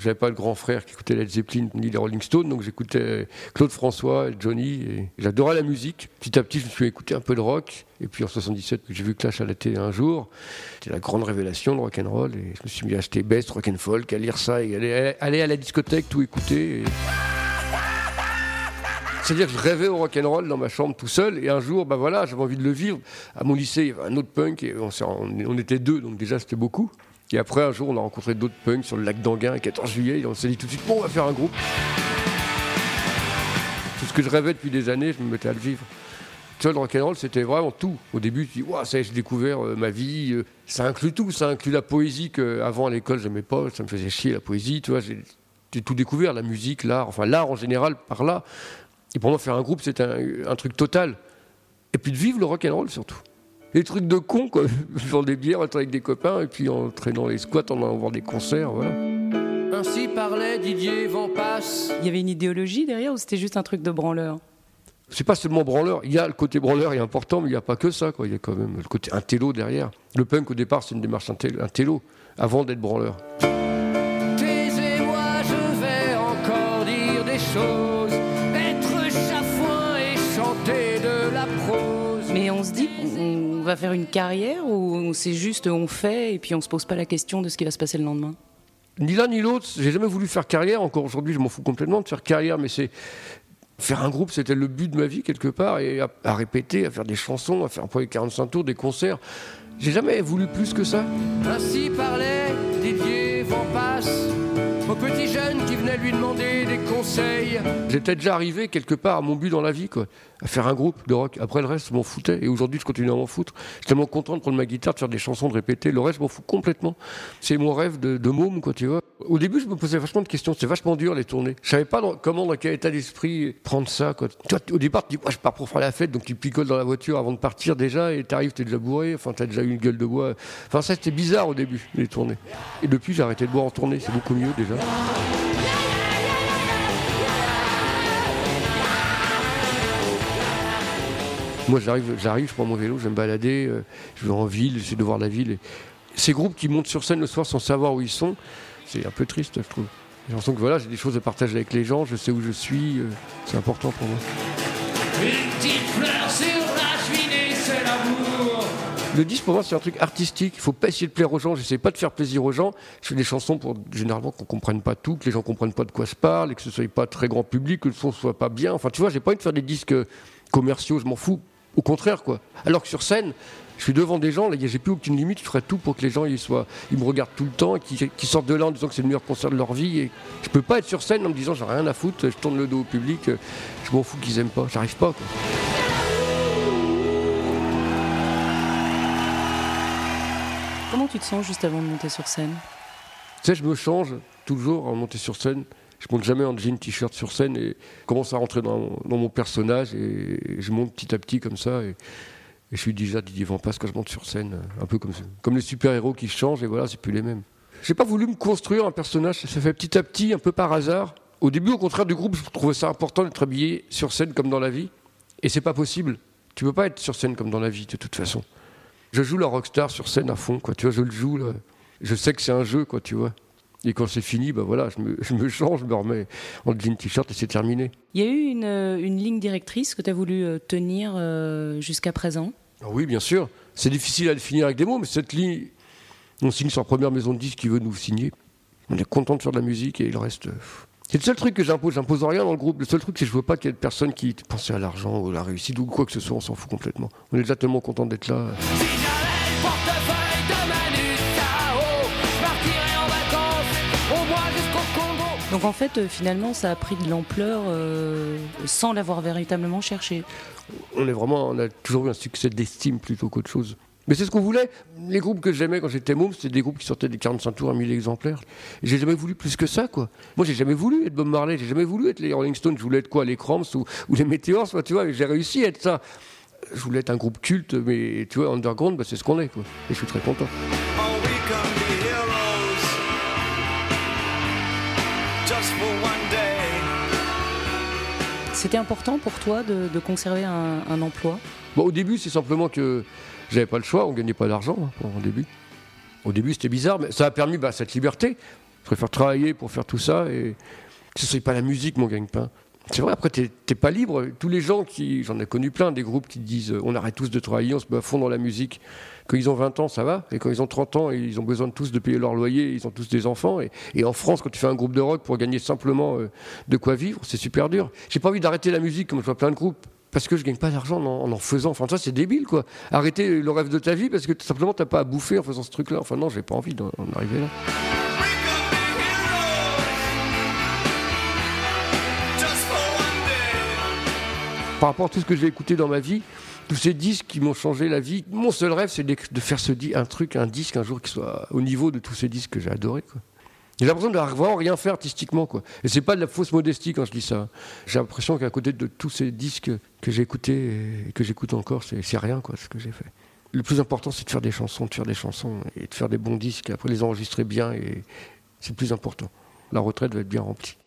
J'avais pas de grand frère qui écoutait Led Zeppelin ni les Rolling Stones, donc j'écoutais Claude François et Johnny. Et j'adorais la musique. Petit à petit, je me suis écouté un peu de rock. Et puis en 77, j'ai vu Clash à la télé un jour. C'était la grande révélation de rock'n'roll. Et je me suis mis à acheter Best, Rock and Folk, à lire ça et aller à la discothèque, tout écouter. C'est-à-dire que je rêvais au rock'n'roll dans ma chambre tout seul. Et un jour, j'avais envie de le vivre. À mon lycée, il y avait un autre punk. Et on était 2, donc déjà c'était beaucoup. Et après, un jour, on a rencontré d'autres punks sur le lac d'Anguin, le 14 juillet, et on s'est dit tout de suite, bon, on va faire un groupe. Tout ce que je rêvais depuis des années, je me mettais à le vivre. Tu vois, le rock'n'roll, c'était vraiment tout. Au début, tu dis, ça y est, j'ai découvert ma vie. Ça inclut tout, ça inclut la poésie qu'avant, à l'école, j'aimais pas, ça me faisait chier, la poésie, tu vois. J'ai tout découvert, la musique, l'art, enfin l'art en général, par là. Et pour moi, faire un groupe, c'était un truc total. Et puis de vivre le rock'n'roll, surtout. Des trucs de cons, quoi. Vendre des bières, être avec des copains, et puis en traînant les squats, en allant voir des concerts, voilà. Ainsi parlait Didier Vampas. Il y avait une idéologie derrière ou c'était juste un truc de branleur ? C'est pas seulement branleur. Il y a le côté branleur, il est important, mais il n'y a pas que ça, quoi. Il y a quand même le côté intello derrière. Le punk, au départ, c'est une démarche intello, avant d'être branleur. Taisez-moi, je vais encore dire des choses, être chafouin et chanter de la prose. Mais on se dit, on va faire une carrière ou c'est juste on fait et puis on se pose pas la question de ce qui va se passer le lendemain ? Ni l'un ni l'autre. J'ai jamais voulu faire carrière. Encore aujourd'hui, je m'en fous complètement de faire carrière, mais c'est... Faire un groupe, c'était le but de ma vie, quelque part, et à répéter, à faire des chansons, à faire pour les 45 tours, des concerts. J'ai jamais voulu plus que ça. Ainsi parlait Didier Vampas aux petits jeunes qui venaient lui demander des conseils. J'étais déjà arrivé quelque part à mon but dans la vie, quoi, à faire un groupe de rock. Après le reste, je m'en foutais. Et aujourd'hui, je continue à m'en foutre. Je suis tellement content de prendre ma guitare, de faire des chansons, de répéter. Le reste, je m'en fous complètement. C'est mon rêve de môme, quoi, tu vois. Au début, je me posais vachement de questions. C'était vachement dur, les tournées. Je savais pas dans quel état d'esprit prendre ça, quoi. Toi, au départ, tu dis, je pars pour faire la fête, donc tu picoles dans la voiture avant de partir déjà, et t'arrives, t'es déjà bourré. Enfin, t'as déjà eu une gueule de bois. Enfin, ça, c'était bizarre au début, les tournées. Et depuis, j'ai arrêté de boire en tournée. C'est beaucoup mieux, déjà. Moi, j'arrive, je prends mon vélo, je vais me balader, je vais en ville, j'essaie de voir la ville. Et ces groupes qui montent sur scène le soir sans savoir où ils sont, c'est un peu triste, je trouve. J'ai l'impression que voilà, j'ai des choses à partager avec les gens, je sais où je suis, c'est important pour moi. Une petite fleur sur la cheminée, c'est l'amour. Le disque, pour moi, c'est un truc artistique. Il ne faut pas essayer de plaire aux gens. J'essaie pas de faire plaisir aux gens. Je fais des chansons pour, généralement, qu'on ne comprenne pas tout, que les gens ne comprennent pas de quoi je parle, et que ce ne soit pas très grand public, que le son ne soit pas bien. Enfin, tu vois, j'ai pas envie de faire des disques commerciaux, je m'en fous. Au contraire, quoi. Alors que sur scène, je suis devant des gens, là, j'ai plus aucune limite, je ferai tout pour que les gens ils me regardent tout le temps, qu'ils sortent de là en disant que c'est le meilleur concert de leur vie. Et je peux pas être sur scène en me disant j'ai rien à foutre, je tourne le dos au public, je m'en fous qu'ils aiment pas, j'arrive pas, quoi. Comment tu te sens juste avant de monter sur scène ? Tu sais, je me change toujours en monter sur scène. Je monte jamais en jean, t-shirt sur scène et je commence à rentrer dans mon personnage et je monte petit à petit comme ça. Et je suis déjà Didier Vampas quand je monte sur scène, un peu comme les super-héros qui changent et voilà, c'est plus les mêmes. J'ai pas voulu me construire un personnage, ça fait petit à petit, un peu par hasard. Au début, au contraire du groupe, je trouvais ça important d'être habillé sur scène comme dans la vie. Et c'est pas possible. Tu peux pas être sur scène comme dans la vie, de toute façon. Je joue la rockstar sur scène à fond, quoi. Tu vois, je le joue, là. Je sais que c'est un jeu, quoi, tu vois. Et quand c'est fini, voilà, je me change, je me remets en jean t-shirt et c'est terminé. Il y a eu une ligne directrice que tu as voulu tenir jusqu'à présent ? Oui, bien sûr. C'est difficile à définir avec des mots, mais cette ligne, on signe sur la première maison de disques qui veut nous signer. On est content de faire de la musique et le reste... C'est le seul truc que j'impose rien dans le groupe. Le seul truc, c'est que je veux pas qu'il y ait de personnes qui pensent à l'argent ou à la réussite ou quoi que ce soit, on s'en fout complètement. On est déjà tellement content d'être là. Si j'avais le portefeuille de Manu Chao, je partirais en vacances, au moins jusqu'au Congo. Donc en fait, finalement, ça a pris de l'ampleur sans l'avoir véritablement cherché. On a toujours eu un succès d'estime plutôt qu'autre chose. Mais c'est ce qu'on voulait. Les groupes que j'aimais quand j'étais môme, c'était des groupes qui sortaient des 45 tours à 1000 exemplaires. Et j'ai jamais voulu plus que ça, quoi. Moi, j'ai jamais voulu être Bob Marley, j'ai jamais voulu être les Rolling Stones. Je voulais être quoi, les Cramps ou les Météores, tu vois. Et j'ai réussi à être ça. Je voulais être un groupe culte, mais tu vois, underground, c'est ce qu'on est, quoi. Et je suis très content. C'était important pour toi de conserver un emploi ? Au début, c'est simplement que j'avais pas le choix, on gagnait pas d'argent au début. Au début, c'était bizarre, mais ça a permis cette liberté. Je préfère travailler pour faire tout ça et que ce soit pas la musique mon gagne-pain. C'est vrai, après, t'es pas libre. Tous les gens j'en ai connu plein, des groupes qui disent on arrête tous de travailler, on se met à fond dans la musique. Quand ils ont 20 ans, ça va. Et quand ils ont 30 ans, ils ont besoin de tous de payer leur loyer, ils ont tous des enfants. Et en France, quand tu fais un groupe de rock pour gagner simplement de quoi vivre, c'est super dur. J'ai pas envie d'arrêter la musique comme je vois plein de groupes. Parce que je gagne pas d'argent en faisant. Enfin, ça, c'est débile, quoi. Arrêter le rêve de ta vie parce que simplement, t'as pas à bouffer en faisant ce truc-là. Enfin, non, j'ai pas envie d'en arriver là. Par rapport à tout ce que j'ai écouté dans ma vie, tous ces disques qui m'ont changé la vie, mon seul rêve, c'est de faire un disque un jour qui soit au niveau de tous ces disques que j'ai adorés, quoi. J'ai l'impression de vraiment rien faire artistiquement, quoi. Et c'est pas de la fausse modestie quand je dis ça. J'ai l'impression qu'à côté de tous ces disques que j'ai écoutés et que j'écoute encore, c'est rien, quoi, ce que j'ai fait. Le plus important, c'est de faire des chansons et de faire des bons disques, et après les enregistrer bien, et c'est le plus important. La retraite va être bien remplie.